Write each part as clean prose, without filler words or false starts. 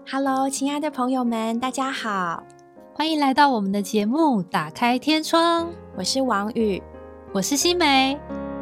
Hello， 亲爱的朋友们，大家好， 欢迎来到我们的节目《打开天窗》， 我是王宇， 我是新梅。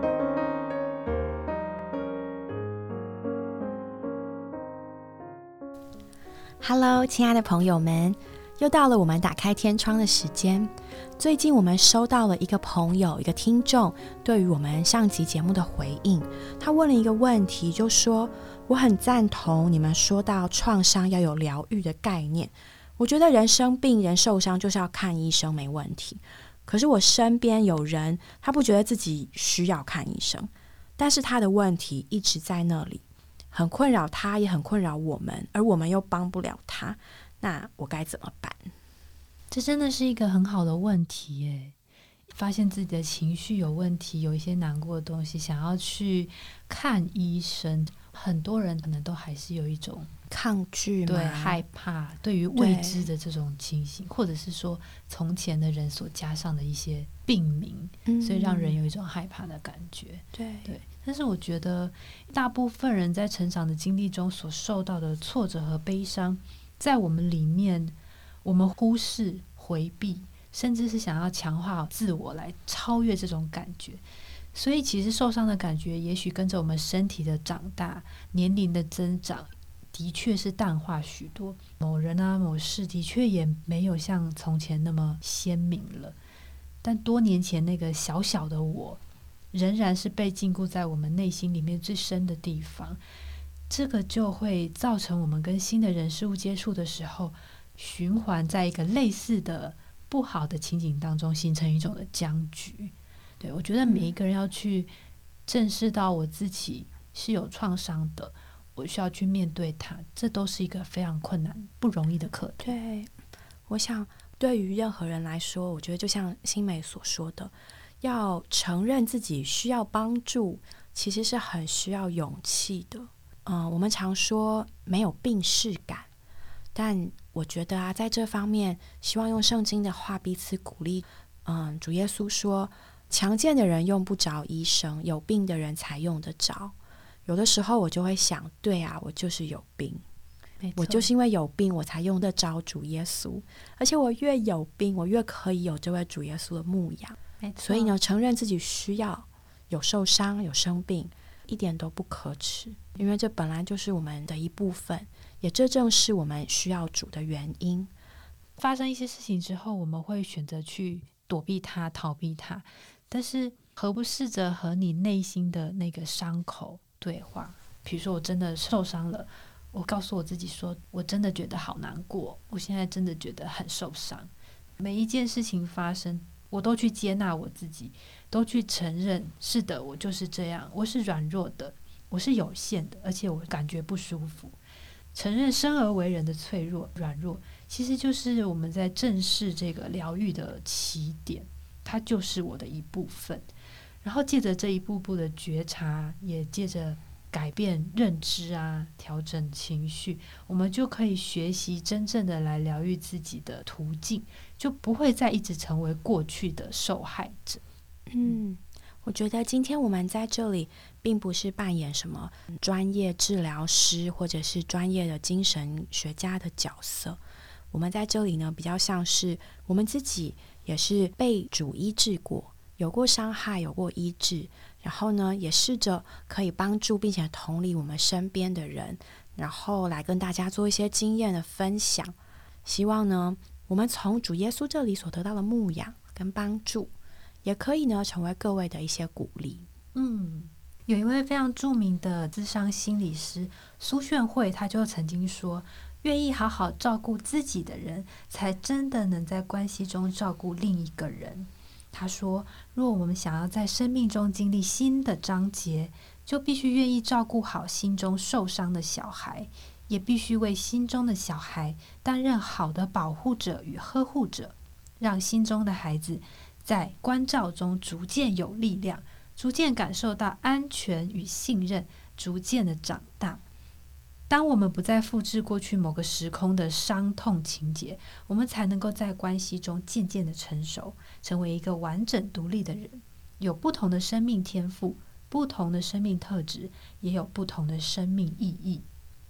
Hello， 亲爱的朋友们，又到了我们打开天窗的时间。最近我们收到了一个朋友、一个听众对于我们上集节目的回应，他问了一个问题，就说我很赞同你们说到创伤要有疗愈的概念，我觉得人生病、人受伤就是要看医生没问题。可是我身边有人，他不觉得自己需要看医生，但是他的问题一直在那里，很困扰他，也很困扰我们，而我们又帮不了他，那我该怎么办？ 这真的是一个很好的问题耶。发现自己的情绪有问题，有一些难过的东西，想要去看医生，很多人可能都还是有一种抗拒吗？ 对，害怕，对于未知的这种情形，或者是说从前的人所加上的一些病名，所以让人有一种害怕的感觉。 对， 但是我觉得大部分人在成长的经历中所受到的挫折和悲伤，在我们里面我们忽视、回避，甚至是想要强化自我来超越这种感觉。所以其实受伤的感觉也许跟着我们身体的长大、年龄的增长的确是淡化许多，某人啊某事的确也没有像从前那么鲜明了，但多年前那个小小的我仍然是被禁锢在我们内心里面最深的地方。这个就会造成我们跟新的人事物接触的时候，循环在一个类似的不好的情景当中，形成一种的僵局。对，我觉得每一个人要去正视到我自己是有创伤的，我需要去面对它，这都是一个非常困难不容易的课题。 对，我想对于任何人来说，我觉得就像新美所说的，要承认自己需要帮助，其实是很需要勇气的。我们常说没有病识感，但我觉得啊，在这方面希望用圣经的话彼此鼓励。主耶稣说，强健的人用不着医生，有病的人才用得着。有的时候我就会想，对啊，我就是有病，我就是因为有病我才用得着主耶稣，而且我越有病我越可以有这位主耶稣的牧养。所以呢，承认自己需要，有受伤有生病一点都不可耻，因为这本来就是我们的一部分，也这正是我们需要主的原因。 发生一些事情之后，我们会选择去躲避它、逃避它，但是何不试着和你内心的那个伤口对话？比如说我真的受伤了，我告诉我自己说，我真的觉得好难过，我现在真的觉得很受伤。每一件事情发生，我都去接纳我自己，都去承认，是的，我就是这样，我是软弱的，我是有限的，而且我感觉不舒服。承认生而为人的脆弱、软弱，其实就是我们在正视这个疗愈的起点，它就是我的一部分。然后借着这一步步的觉察，也借着改变认知啊，调整情绪，我们就可以学习真正的来疗愈自己的途径，就不会再一直成为过去的受害者。 我觉得今天我们在这里并不是扮演什么专业治疗师或者是专业的精神学家的角色，我们在这里呢比较像是我们自己也是被主医治过，有过伤害，有过医治，然后呢也试着可以帮助并且同理我们身边的人，然后来跟大家做一些经验的分享。希望呢我们从主耶稣这里所得到的牧养跟帮助，也可以呢成为各位的一些鼓励。 有一位非常著名的諮商心理师苏炫慧，他就曾经说，愿意好好照顾自己的人，才真的能在关系中照顾另一个人。他说，若我们想要在生命中经历新的章节，就必须愿意照顾好心中受伤的小孩，也必须为心中的小孩担任好的保护者与呵护者，让心中的孩子在关照中逐渐有力量，逐渐感受到安全与信任，逐渐的长大。当我们不再复制过去某个时空的伤痛情节，我们才能够在关系中渐渐的成熟，成为一个完整独立的人，有不同的生命天赋，不同的生命特质，也有不同的生命意义。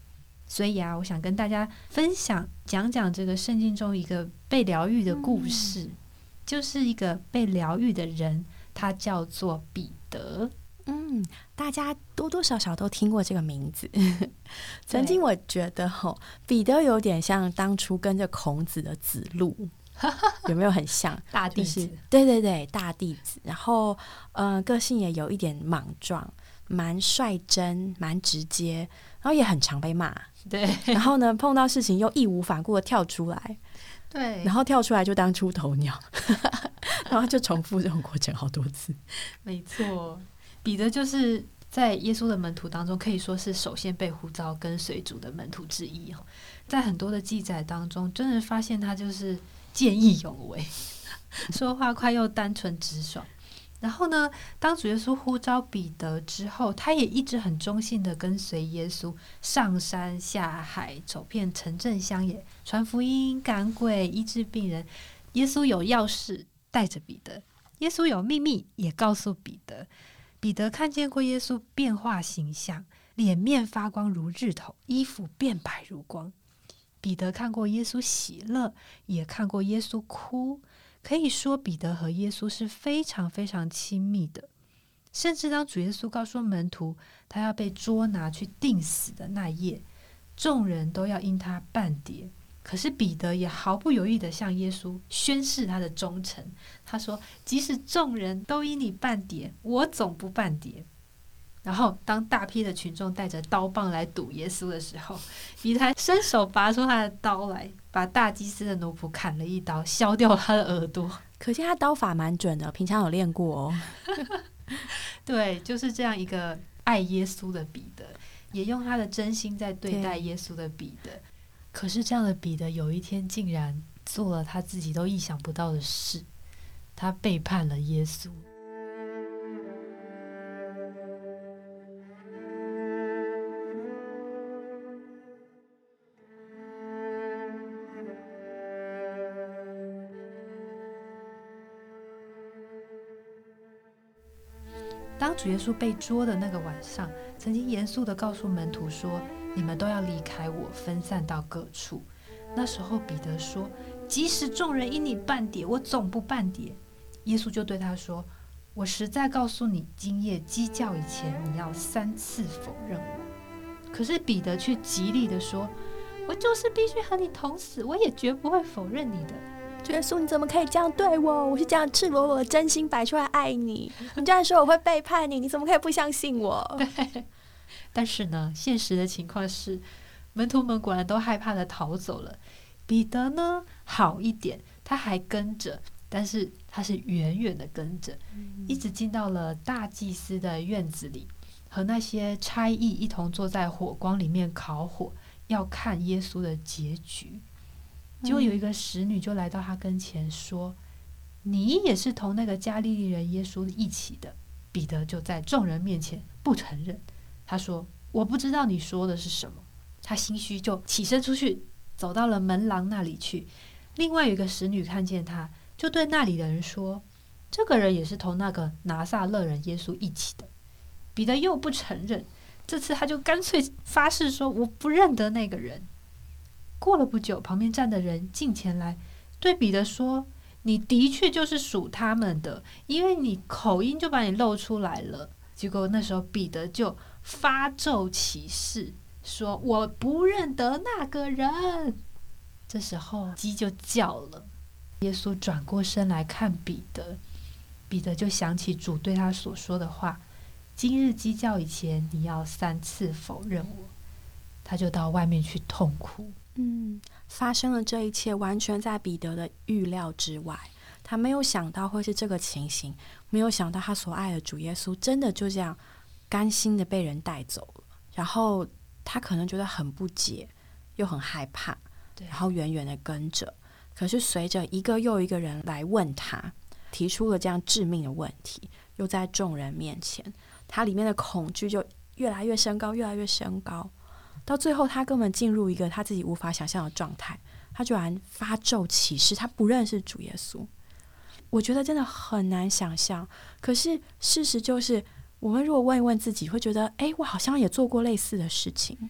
所以啊，我想跟大家分享讲讲这个圣经中一个被疗愈的故事，就是一个被疗愈的人，他叫做彼得。 大家多多少少都听过这个名字。曾经我觉得彼得有点像当初跟着孔子的子路，有没有很像？ 大弟子， 对对对，大弟子。然后个性也有一点莽撞，蛮率真，蛮直接，然后也很常被骂。 对， 然后呢，碰到事情又义无反顾的跳出来。 对， 然后跳出来就当出头鸟，然后就重复这种过程好多次。 没错，彼得就是在耶稣的门徒当中，可以说是首先被呼召跟随主的门徒之一。在很多的记载当中，真的发现他就是见义勇为，说话快又单纯直爽。然后呢，当主耶稣呼召彼得之后，他也一直很忠心的跟随耶稣，上山下海，走遍城镇乡野，传福音、赶鬼、医治病人。耶稣有要事带着彼得，耶稣有秘密也告诉彼得。彼得看见过耶稣变化形象，脸面发光如日头，衣服变白如光。彼得看过耶稣喜乐，也看过耶稣哭。可以说彼得和耶稣是非常非常亲密的，甚至当主耶稣告诉门徒他要被捉拿去钉死的那夜，众人都要因他半跌，可是彼得也毫不犹豫地向耶稣宣誓他的忠诚。他说，即使众人都因你半跌，我总不半跌。然后当大批的群众带着刀棒来堵耶稣的时候，彼得伸手拔出他的刀来，把大祭司的奴仆砍了一刀，削掉他的耳朵。 可见他刀法蛮准的，平常有练过哦。 对，就是这样一个爱耶稣的彼得，也用他的真心在对待耶稣的彼得。可是这样的彼得有一天竟然做了他自己都意想不到的事，他背叛了耶稣。当主耶稣被捉的那个晚上，曾经严肃地告诉门徒说，你们都要离开我，分散到各处。那时候彼得说，即使众人因你半跌，我总不半跌。耶稣就对他说，我实在告诉你，今夜鸡叫以前，你要3次否认我。可是彼得却极力地说，我就是必须和你同死，我也绝不会否认你的。 耶稣，你怎么可以这样对我？我是这样赤裸裸的真心摆出来爱你，你这样说我会背叛你，你怎么可以不相信我？ 对。但是呢，现实的情况是，门徒们果然都害怕的逃走了。彼得呢，好一点，他还跟着，但是他是远远的跟着，一直进到了大祭司的院子里，和那些差役一同坐在火光里面烤火，要看耶稣的结局。结果有一个使女就来到他跟前说，你也是同那个加利利人耶稣一起的。彼得就在众人面前不承认，他说，我不知道你说的是什么。他心虚，就起身出去，走到了门廊那里去。另外有一个使女看见他，就对那里的人说，这个人也是同那个拿撒勒人耶稣一起的。彼得又不承认，这次他就干脆发誓说，我不认得那个人。过了不久，旁边站的人进前来，对彼得说，你的确就是属他们的，因为你口音就把你露出来了。结果那时候彼得就发咒起誓，说我不认得那个人。这时候鸡就叫了，耶稣转过身来看彼得，彼得就想起主对他所说的话，今日鸡叫以前，你要3次否认我。他就到外面去痛哭。 发生了这一切完全在彼得的预料之外，他没有想到会是这个情形，没有想到他所爱的主耶稣真的就这样甘心的被人带走了。然后他可能觉得很不解，又很害怕，然后远远的跟着。可是随着一个又一个人来问他，提出了这样致命的问题，又在众人面前，他里面的恐惧就越来越升高，越来越升高。到最后他根本进入一个他自己无法想象的状态，他居然发咒起誓他不认识主耶稣。我觉得真的很难想象，可是事实就是我们如果问一问自己，会觉得我好像也做过类似的事情。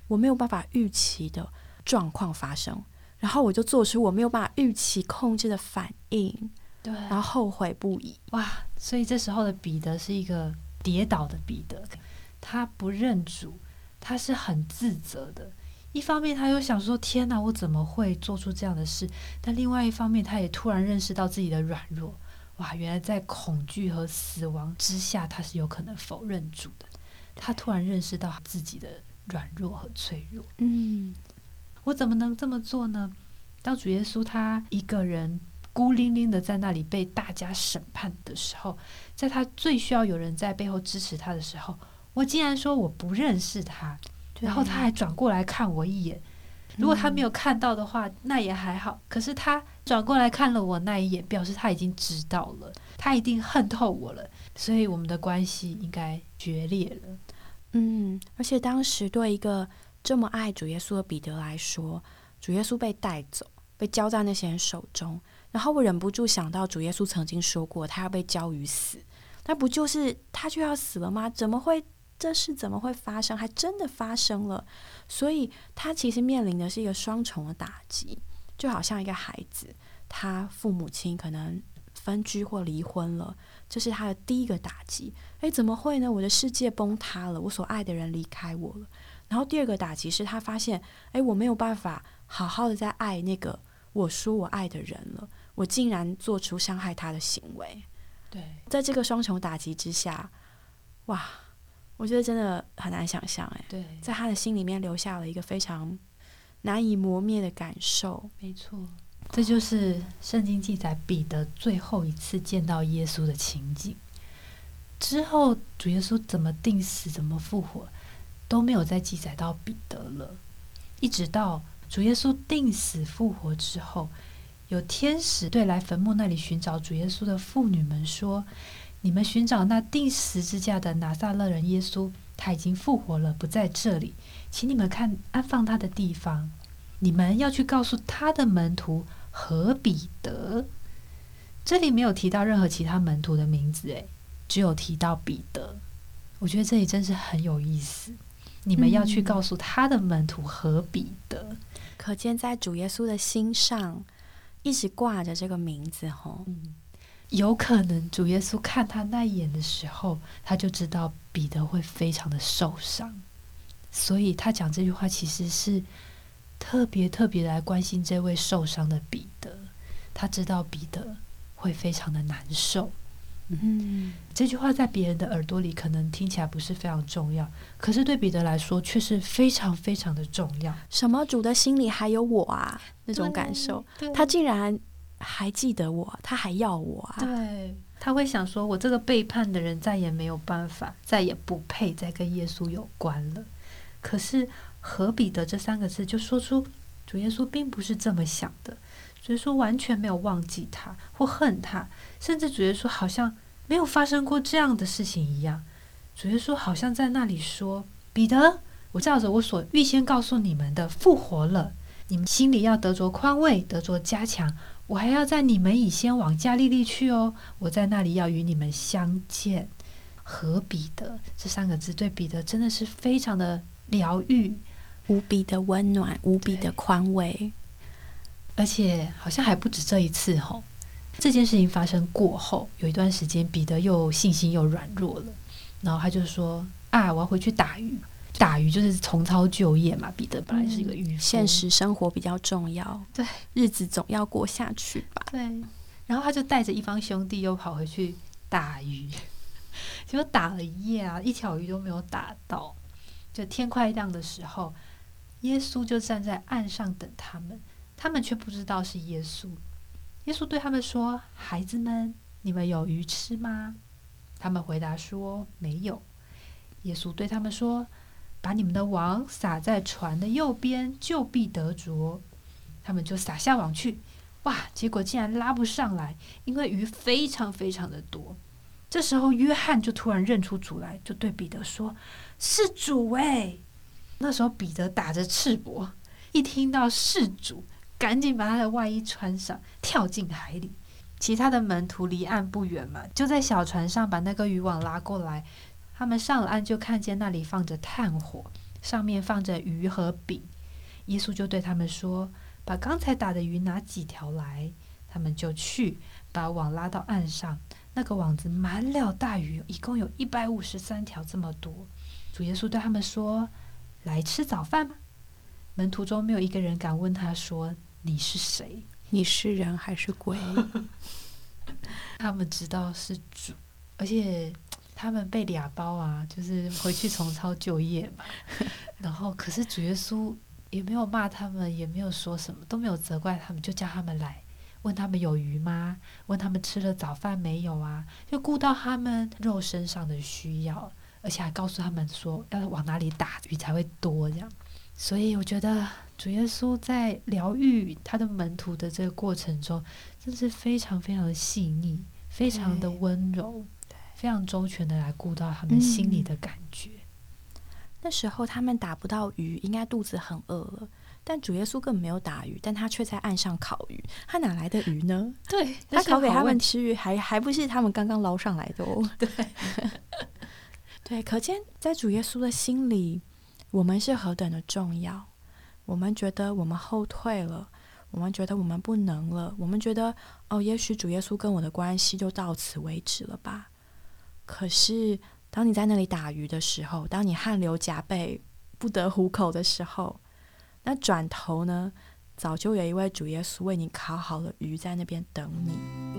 我没有办法预期的状况发生，然后我就做出我没有办法预期控制的反应， 对， 然后后悔不已。 哇！所以这时候的彼得是一个跌倒的彼得，他不认主，他是很自责的。一方面他又想说天哪，我怎么会做出这样的事，但另外一方面他也突然认识到自己的软弱。哇，原来在恐惧和死亡之下他是有可能否认主的。他突然认识到自己的软弱和脆弱。我怎么能这么做呢？当主耶稣他一个人孤零零的在那里被大家审判的时候，在他最需要有人在背后支持他的时候，我竟然说我不认识他，然后他还转过来看我一眼。如果他没有看到的话，那也还好，可是他转过来看了我那一眼，表示他已经知道了，他一定恨透我了，所以我们的关系应该决裂了。 而且当时对一个这么爱主耶稣的彼得来说，主耶稣被带走，被交在那些人手中，然后我忍不住想到主耶稣曾经说过他要被交于死，那不就是他就要死了吗？这事怎么会发生？还真的发生了。所以他其实面临的是一个双重的打击，就好像一个孩子，他父母亲可能分居或离婚了，这是他的第一个打击。怎么会呢？我的世界崩塌了，我所爱的人离开我了。然后第二个打击是他发现，我没有办法好好的在爱那个我说我爱的人了，我竟然做出伤害他的行为。 对， 在这个双重打击之下，哇，我觉得真的很难想象。 对， 在他的心里面留下了一个非常难以磨灭的感受。 没错，这就是圣经记载彼得最后一次见到耶稣的情景。之后主耶稣怎么定死怎么复活都没有再记载到彼得了，一直到主耶稣定死复活之后，有天使对来坟墓那里寻找主耶稣的妇女们说，你们寻找那钉十字架的拿撒勒人耶稣，他已经复活了，不在这里，请你们看安放他的地方，你们要去告诉他的门徒和彼得。这里没有提到任何其他门徒的名字，只有提到彼得。我觉得这里真是很有意思，你们要去告诉他的门徒和彼得。 可见在主耶稣的心上一直挂着这个名字。 有可能主耶稣看他那一眼的时候，他就知道彼得会非常的受伤，所以他讲这句话其实是特别来关心这位受伤的彼得。他知道彼得会非常的难受。这句话在别人的耳朵里可能听起来不是非常重要，可是对彼得来说却是非常的重要。 什么主的心里还有我啊，那种感受，他竟然还记得我，他还要我啊。 对，他会想说，我这个背叛的人再也没有办法，再也不配再跟耶稣有关了。可是和彼得这三个字就说出主耶稣并不是这么想的，主耶稣完全没有忘记他或恨他，甚至主耶稣好像没有发生过这样的事情一样。主耶稣好像在那里说，彼得，我照着我所预先告诉你们的复活了，你们心里要得着宽慰，得着加强，我还要在你们以先往加利利去哦，我在那里要与你们相见。和彼得这三个字对彼得真的是非常的疗愈， 无比的温暖，无比的宽慰。 而且好像还不止这一次吼，这件事情发生过后，有一段时间彼得又信心又软弱了，然后他就说我要回去打鱼。打鱼就是重操旧业嘛，彼得本来是一个渔夫， 现实生活比较重要， 对， 日子总要过下去吧。 对，然后他就带着一帮兄弟又跑回去打鱼，结果打了一夜一条鱼都没有打到。就天快亮的时候，耶稣就站在岸上等他们，他们却不知道是耶稣。耶稣对他们说，孩子们，你们有鱼吃吗？他们回答说没有。耶稣对他们说，把你们的网撒在船的右边，就必得着。他们就撒下网去，结果竟然拉不上来，因为鱼非常的多。这时候约翰就突然认出主来，就对彼得说，是主那时候彼得打着赤膊，一听到是主，赶紧把他的外衣穿上，跳进海里。其他的门徒离岸不远嘛，就在小船上把那个渔网拉过来。他们上了岸，就看见那里放着炭火， 上面放着鱼和饼。耶稣就对他们说，把刚才打的鱼拿几条来。他们就去把网拉到岸上，那个网子满了大鱼，一共有153条这么多。主耶稣对他们说，来吃早饭吗？门徒中没有一个人敢问他说，你是谁？ 你是人还是鬼？ 他们知道是主，而且他们被俩包啊，就是回去重操旧业嘛。然后可是主耶稣也没有骂他们，也没有说什么，都没有责怪他们，就叫他们来，问他们有鱼吗？问他们吃了早饭没有啊？就顾到他们肉身上的需要，而且还告诉他们说要往哪里打鱼才会多这样。所以我觉得主耶稣在疗愈他的门徒的这个过程中，真是非常非常的细腻，非常的温柔，非常周全的来顾到他们心里的感觉。 那时候他们打不到鱼，应该肚子很饿了，但主耶稣根本没有打鱼，但他却在岸上烤鱼，他哪来的鱼呢？ 对， 他烤给他们吃鱼，还不是他们刚刚捞上来的哦。 对对，可见在主耶稣的心里，我们是何等的重要。我们觉得我们后退了，我们觉得我们不能了，我们觉得也许主耶稣跟我的关系就到此为止了吧。可是当你在那里打鱼的时候，当你汗流浃背不得糊口的时候，那转头呢，早就有一位主耶稣为你烤好了鱼在那边等你。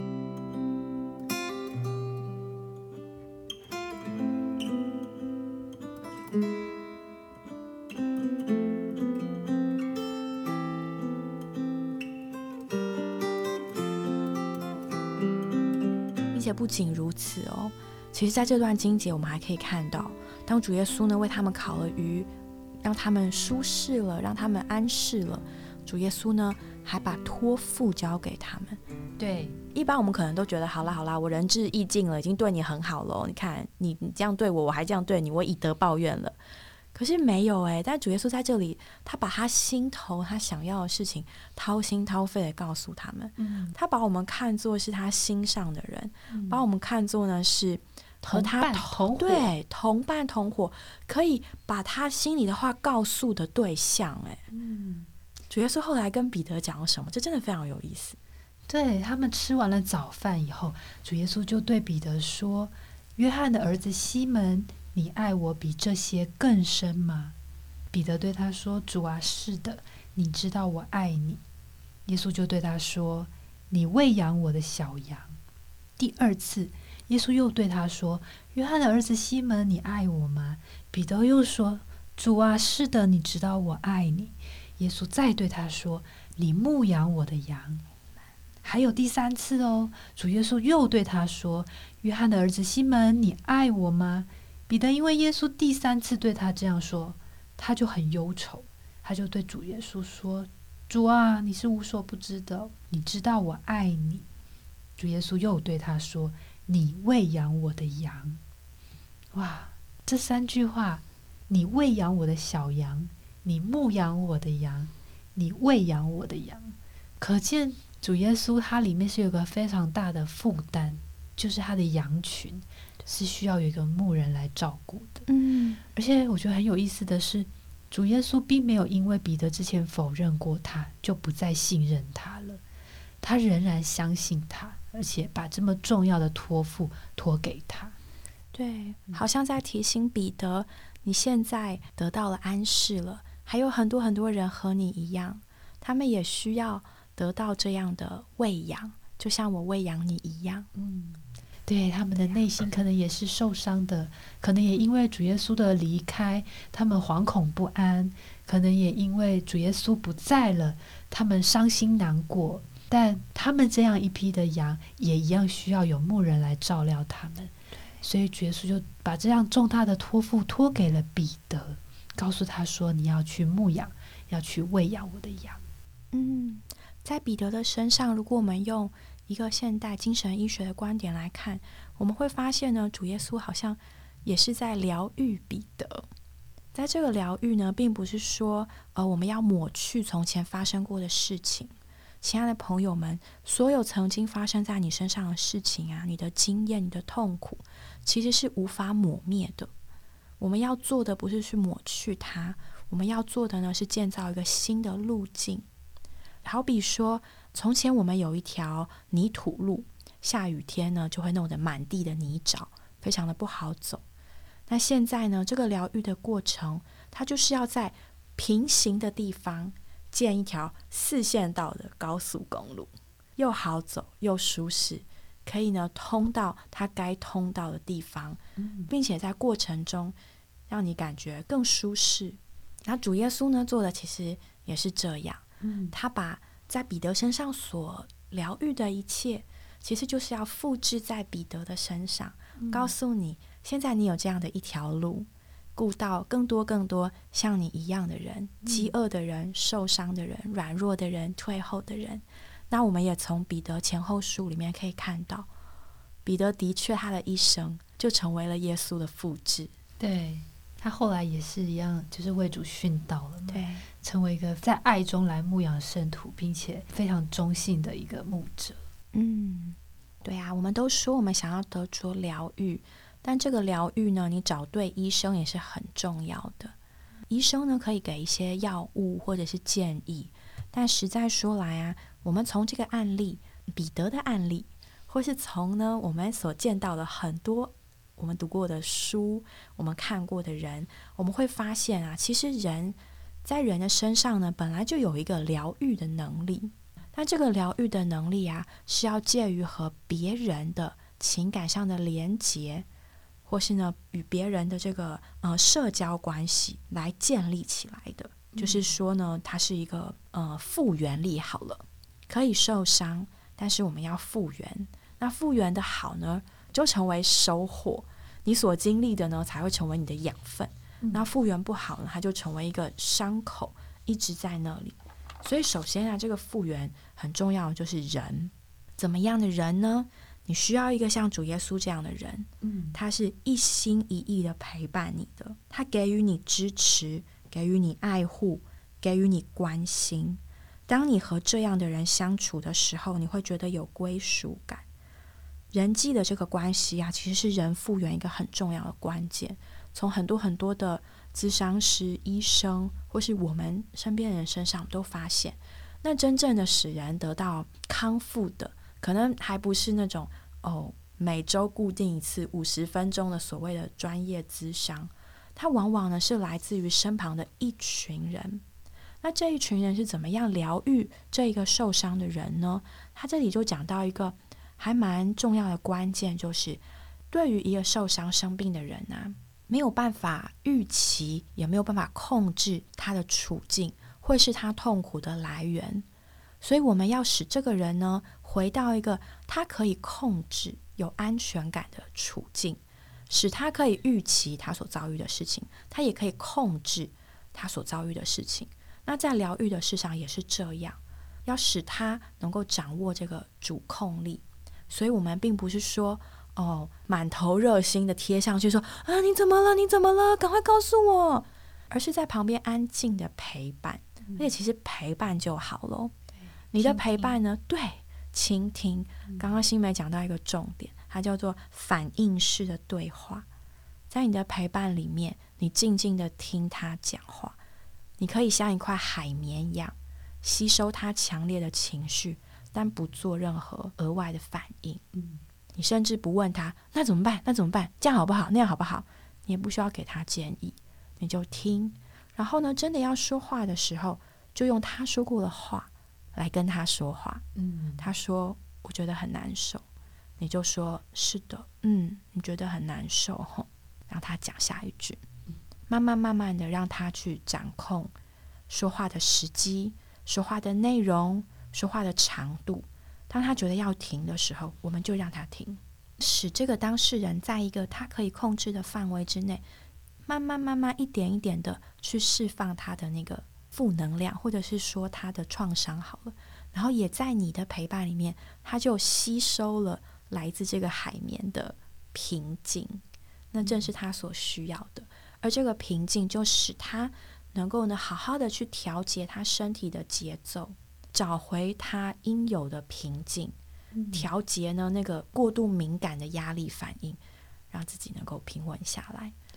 并且不仅如此哦，其实在这段经节我们还可以看到，当主耶稣呢为他们烤了鱼，让他们舒适了，让他们安适了，主耶稣呢还把托付交给他们。 对， 一般我们可能都觉得好啦，我仁至义尽了，已经对你很好了，你看你这样对我，我还这样对你，我以德报怨了。可是没有但主耶稣在这里，他把他心头他想要的事情掏心掏肺的告诉他们。他把我们看作是他心上的人，把我们看作呢是和他同伴同伙，可以把他心里的话告诉的对象。主耶稣后来跟彼得讲了什么？这真的非常有意思。 对，他们吃完了早饭以后，主耶稣就对彼得说，约翰的儿子西门，你爱我比这些更深吗？彼得对他说，主啊，是的，你知道我爱你。耶稣就对他说，你喂养我的小羊。第二次耶稣又对他说，约翰的儿子西门，你爱我吗？彼得又说，主啊，是的，你知道我爱你。耶稣再对他说，你牧养我的羊。还有第三次哦，主耶稣又对他说，约翰的儿子西门，你爱我吗？彼得因为耶稣第三次对他这样说，他就很忧愁，他就对主耶稣说，主啊，你是无所不知的，你知道我爱你。主耶稣又对他说，你喂养我的羊。哇，这三句话，你喂养我的小羊，你牧养我的羊，你喂养我的羊，可见主耶稣他里面是有个非常大的负担，就是他的羊群是需要有一个牧人来照顾的。而且我觉得很有意思的是，主耶稣并没有因为彼得之前否认过他就不再信任他了，他仍然相信他，而且把这么重要的托付托给他。 对，好像在提醒彼得，你现在得到了安适了，还有很多很多人和你一样，他们也需要得到这样的喂养，就像我喂养你一样。 对，他们的内心可能也是受伤的，可能也因为主耶稣的离开，他们惶恐不安，可能也因为主耶稣不在了，他们伤心难过。但他们这样一批的羊，也一样需要有牧人来照料他们。所以主耶稣就把这样重大的托付托给了彼得，告诉他说，你要去牧养，要去喂养我的羊。 在彼得的身上，如果我们用一个现代精神医学的观点来看，我们会发现呢，主耶稣好像也是在疗愈彼得。在这个疗愈呢，并不是说我们要抹去从前发生过的事情。亲爱的朋友们，所有曾经发生在你身上的事情啊，你的经验，你的痛苦，其实是无法抹灭的。 我们要做的不是去抹去它，我们要做的呢是建造一个新的路径。好比说，从前我们有一条泥土路，下雨天呢就会弄得满地的泥沼，非常的不好走。那现在呢，这个疗愈的过程，它就是要在平行的地方建一条4线道的高速公路，又好走又舒适，可以呢通到它该通到的地方，并且在过程中让你感觉更舒适。然后主耶稣呢做的其实也是这样，他把在彼得身上所疗愈的一切，其实就是要复制在彼得的身上，告诉你现在你有这样的一条路，顾到更多像你一样的人，饥饿的人、受伤的人、软弱的人、退后的人。那我们也从彼得前后书里面可以看到，彼得的确他的一生就成为了耶稣的复制。 对，他后来也是一样，就是为主殉道了嘛， 对， 成为一个在爱中来牧养圣徒，并且非常忠信的一个牧者。 对啊，我们都说我们想要得着疗愈，但这个疗愈呢，你找对医生也是很重要的。医生呢可以给一些药物或者是建议，但实在说来啊，我们从这个案例，彼得的案例，或是从呢我们所见到的很多我们读过的书，我们看过的人，我们会发现啊，其实人在人的身上呢，本来就有一个疗愈的能力。但这个疗愈的能力啊，是要介于和别人的情感上的连结，或是呢与别人的这个社交关系来建立起来的。就是说呢，它是一个复原力好了，可以受伤，但是我们要复原。那复原的好呢，就成为收获，你所经历的呢才会成为你的养分。那复原不好呢，它就成为一个伤口，一直在那里。所以首先啊，这个复原很重要的就是人。怎么样的人呢？你需要一个像主耶稣这样的人，他是一心一意的陪伴你的，他给予你支持，给予你爱护，给予你关心。当你和这样的人相处的时候，你会觉得有归属感。人际的这个关系啊，其实是人复原一个很重要的关键。从很多的咨商师、医生，或是我们身边人身上都发现，那真正的使人得到康复的，可能还不是那种每周固定一次50分钟的所谓的专业咨商，它往往呢是来自于身旁的一群人。那这一群人是怎么样疗愈这一个受伤的人呢？他这里就讲到一个还蛮重要的关键，就是对于一个受伤生病的人啊，没有办法预期，也没有办法控制他的处境，会是他痛苦的来源。所以我们要使这个人呢，回到一个他可以控制、有安全感的处境，使他可以预期他所遭遇的事情，他也可以控制他所遭遇的事情。那在疗愈的事上也是这样，要使他能够掌握这个主控力。所以我们并不是说满头热心的贴上去说啊，你怎么了？你怎么了？赶快告诉我。而是在旁边安静的陪伴，而且其实陪伴就好了。你的陪伴呢？对，倾听。刚刚新梅讲到一个重点，它叫做反应式的对话。在你的陪伴里面，你静静的听他讲话，你可以像一块海绵一样吸收他强烈的情绪，但不做任何额外的反应。你甚至不问他那怎么办？那怎么办？这样好不好？那样好不好？你也不需要给他建议，你就听。然后呢，真的要说话的时候，就用他说过的话来跟他说话。他说我觉得很难受，你就说是的，你觉得很难受吼，让他讲下一句。慢慢的让他去掌控说话的时机、说话的内容、说话的长度。当他觉得要停的时候，我们就让他停，使这个当事人在一个他可以控制的范围之内，慢慢一点一点的去释放他的那个负能量，或者是说他的创伤好了。然后也在你的陪伴里面，他就吸收了来自这个海绵的平静，那正是他所需要的。而这个平静就使他能够呢好好的去调节他身体的节奏，找回他应有的平静，调节呢那个过度敏感的压力反应，让自己能够平稳下来。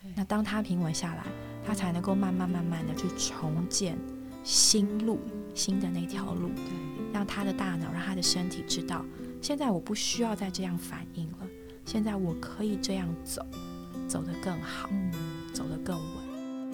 那当他平稳下来，他才能够慢慢的去重建新路，新的那条路，让他的大脑，让他的身体知道，现在我不需要再这样反应了，现在我可以这样走，走得更好，走得更稳。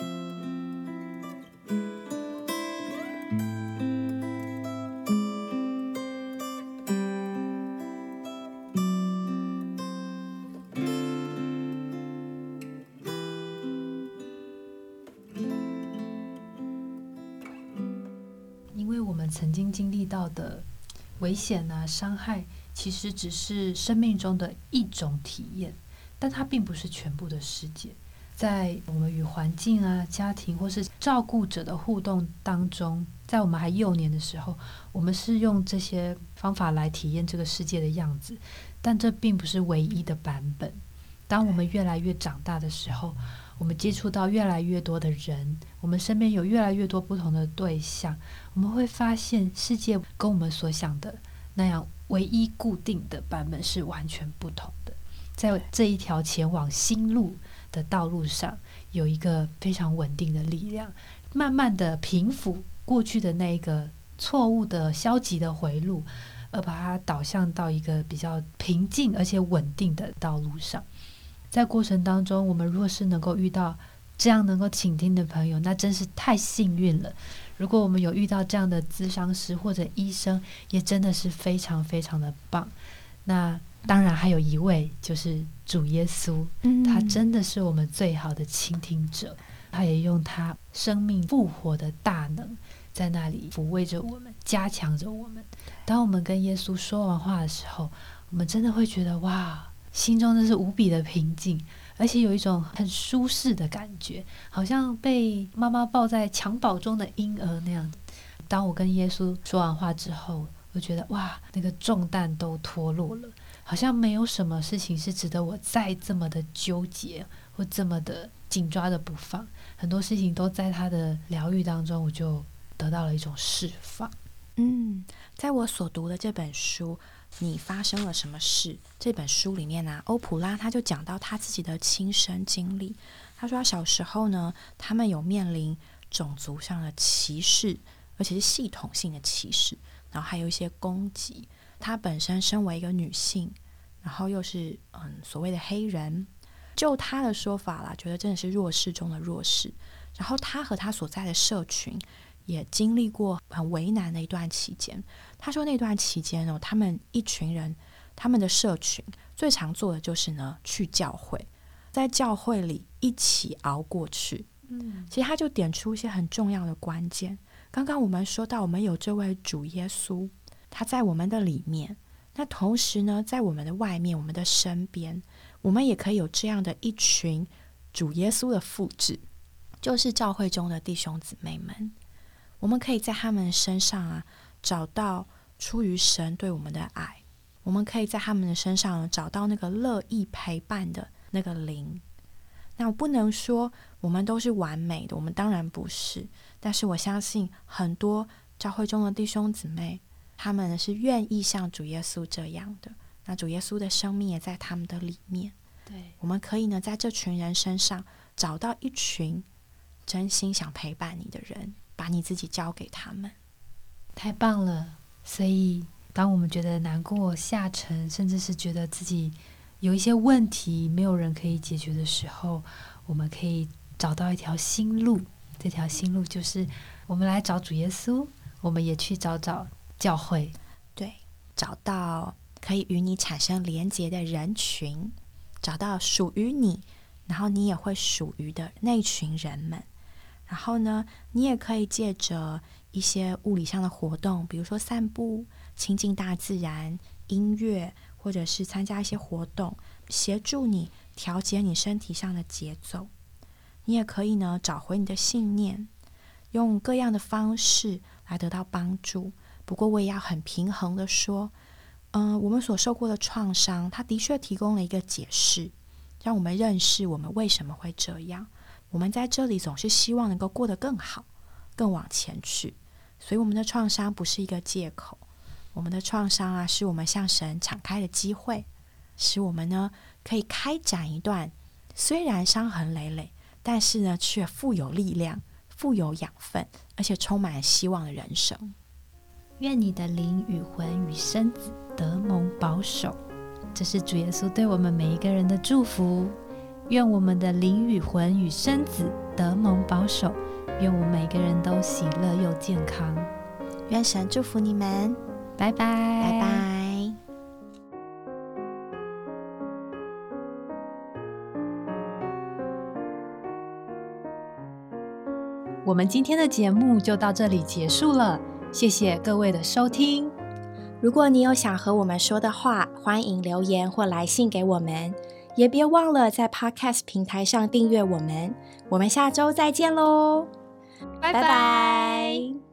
曾经经历到的危险啊、伤害，其实只是生命中的一种体验，但它并不是全部的世界。在我们与环境啊、家庭或是照顾者的互动当中，在我们还幼年的时候，我们是用这些方法来体验这个世界的样子，但这并不是唯一的版本。当我们越来越长大的时候，我们接触到越来越多的人，我们身边有越来越多不同的对象，我们会发现世界跟我们所想的那样唯一固定的版本是完全不同的。在这一条前往新路的道路上，有一个非常稳定的力量，慢慢的平复过去的那个错误的消极的回路，而把它导向到一个比较平静而且稳定的道路上。在过程当中，我们若是能够遇到这样能够倾听的朋友，那真是太幸运了。如果我们有遇到这样的咨商师或者医生，也真的是非常非常的棒。那当然还有一位就是主耶稣，他真的是我们最好的倾听者，他也用他生命复活的大能在那里抚慰着我们，加强着我们。当我们跟耶稣说完话的时候，我们真的会觉得哇，心中真是无比的平静，而且有一种很舒适的感觉，好像被妈妈抱在襁褓中的婴儿那样。当我跟耶稣说完话之后，我觉得哇，那个重担都脱落了，好像没有什么事情是值得我再这么的纠结或这么的紧抓着不放。很多事情都在他的疗愈当中，我就得到了一种释放。 在我所读的这本书你发生了什么事这本书里面啊，欧普拉他就讲到他自己的亲身经历。他说他小时候呢，他们有面临种族上的歧视，而且是系统性的歧视，然后还有一些攻击。他本身身为一个女性，然后又是所谓的黑人，就他的说法啦，觉得真的是弱势中的弱势。然后他和他所在的社群也经历过很为难的一段期间。他说那段期间呢，他们一群人，他们的社群最常做的就是呢，去教会，在教会里一起熬过去。其实他就点出一些很重要的关键。刚刚我们说到，我们有这位主耶稣，他在我们的里面，那同时呢，在我们的外面，我们的身边，我们也可以有这样的一群主耶稣的复制，就是教会中的弟兄姊妹们。我们可以在他们身上啊，找到出于神对我们的爱，我们可以在他们的身上找到那个乐意陪伴的那个灵。那我不能说我们都是完美的，我们当然不是，但是我相信很多教会中的弟兄姊妹，他们是愿意像主耶稣这样的，那主耶稣的生命也在他们的里面。 对， 我们可以呢，在这群人身上找到一群真心想陪伴你的人，把你自己交给他们。 太棒了。所以当我们觉得难过、下沉，甚至是觉得自己有一些问题没有人可以解决的时候，我们可以找到一条新路。这条新路就是我们来找主耶稣，我们也去找找教会， 对，找到可以与你产生连结的人群，找到属于你，然后你也会属于的那群人们。然后呢，你也可以借着一些物理上的活动，比如说散步、亲近大自然、音乐，或者是参加一些活动，协助你调节你身体上的节奏。你也可以呢，找回你的信念，用各样的方式来得到帮助。不过我也要很平衡的说，我们所受过的创伤，它的确提供了一个解释，让我们认识我们为什么会这样。我们在这里总是希望能够过得更好，更往前去。所以我们的创伤不是一个借口，我们的创伤啊，是我们向神敞开的机会，使我们呢可以开展一段虽然伤痕累累，但是呢，却富有力量、富有养分，而且充满希望的人生。 愿你的灵与魂与身子得蒙保守，这是主耶稣对我们每一个人的祝福。愿我们的灵与魂与身子得蒙保守，愿我们每个人都喜乐又健康。 愿神祝福你们， 拜拜， 拜拜。 我们今天的节目就到这里结束了，谢谢各位的收听。 如果你有想和我们说的话，欢迎留言或来信给我们，也别忘了在 Podcast 平台上订阅我们。我们下周再见喽， 拜拜拜。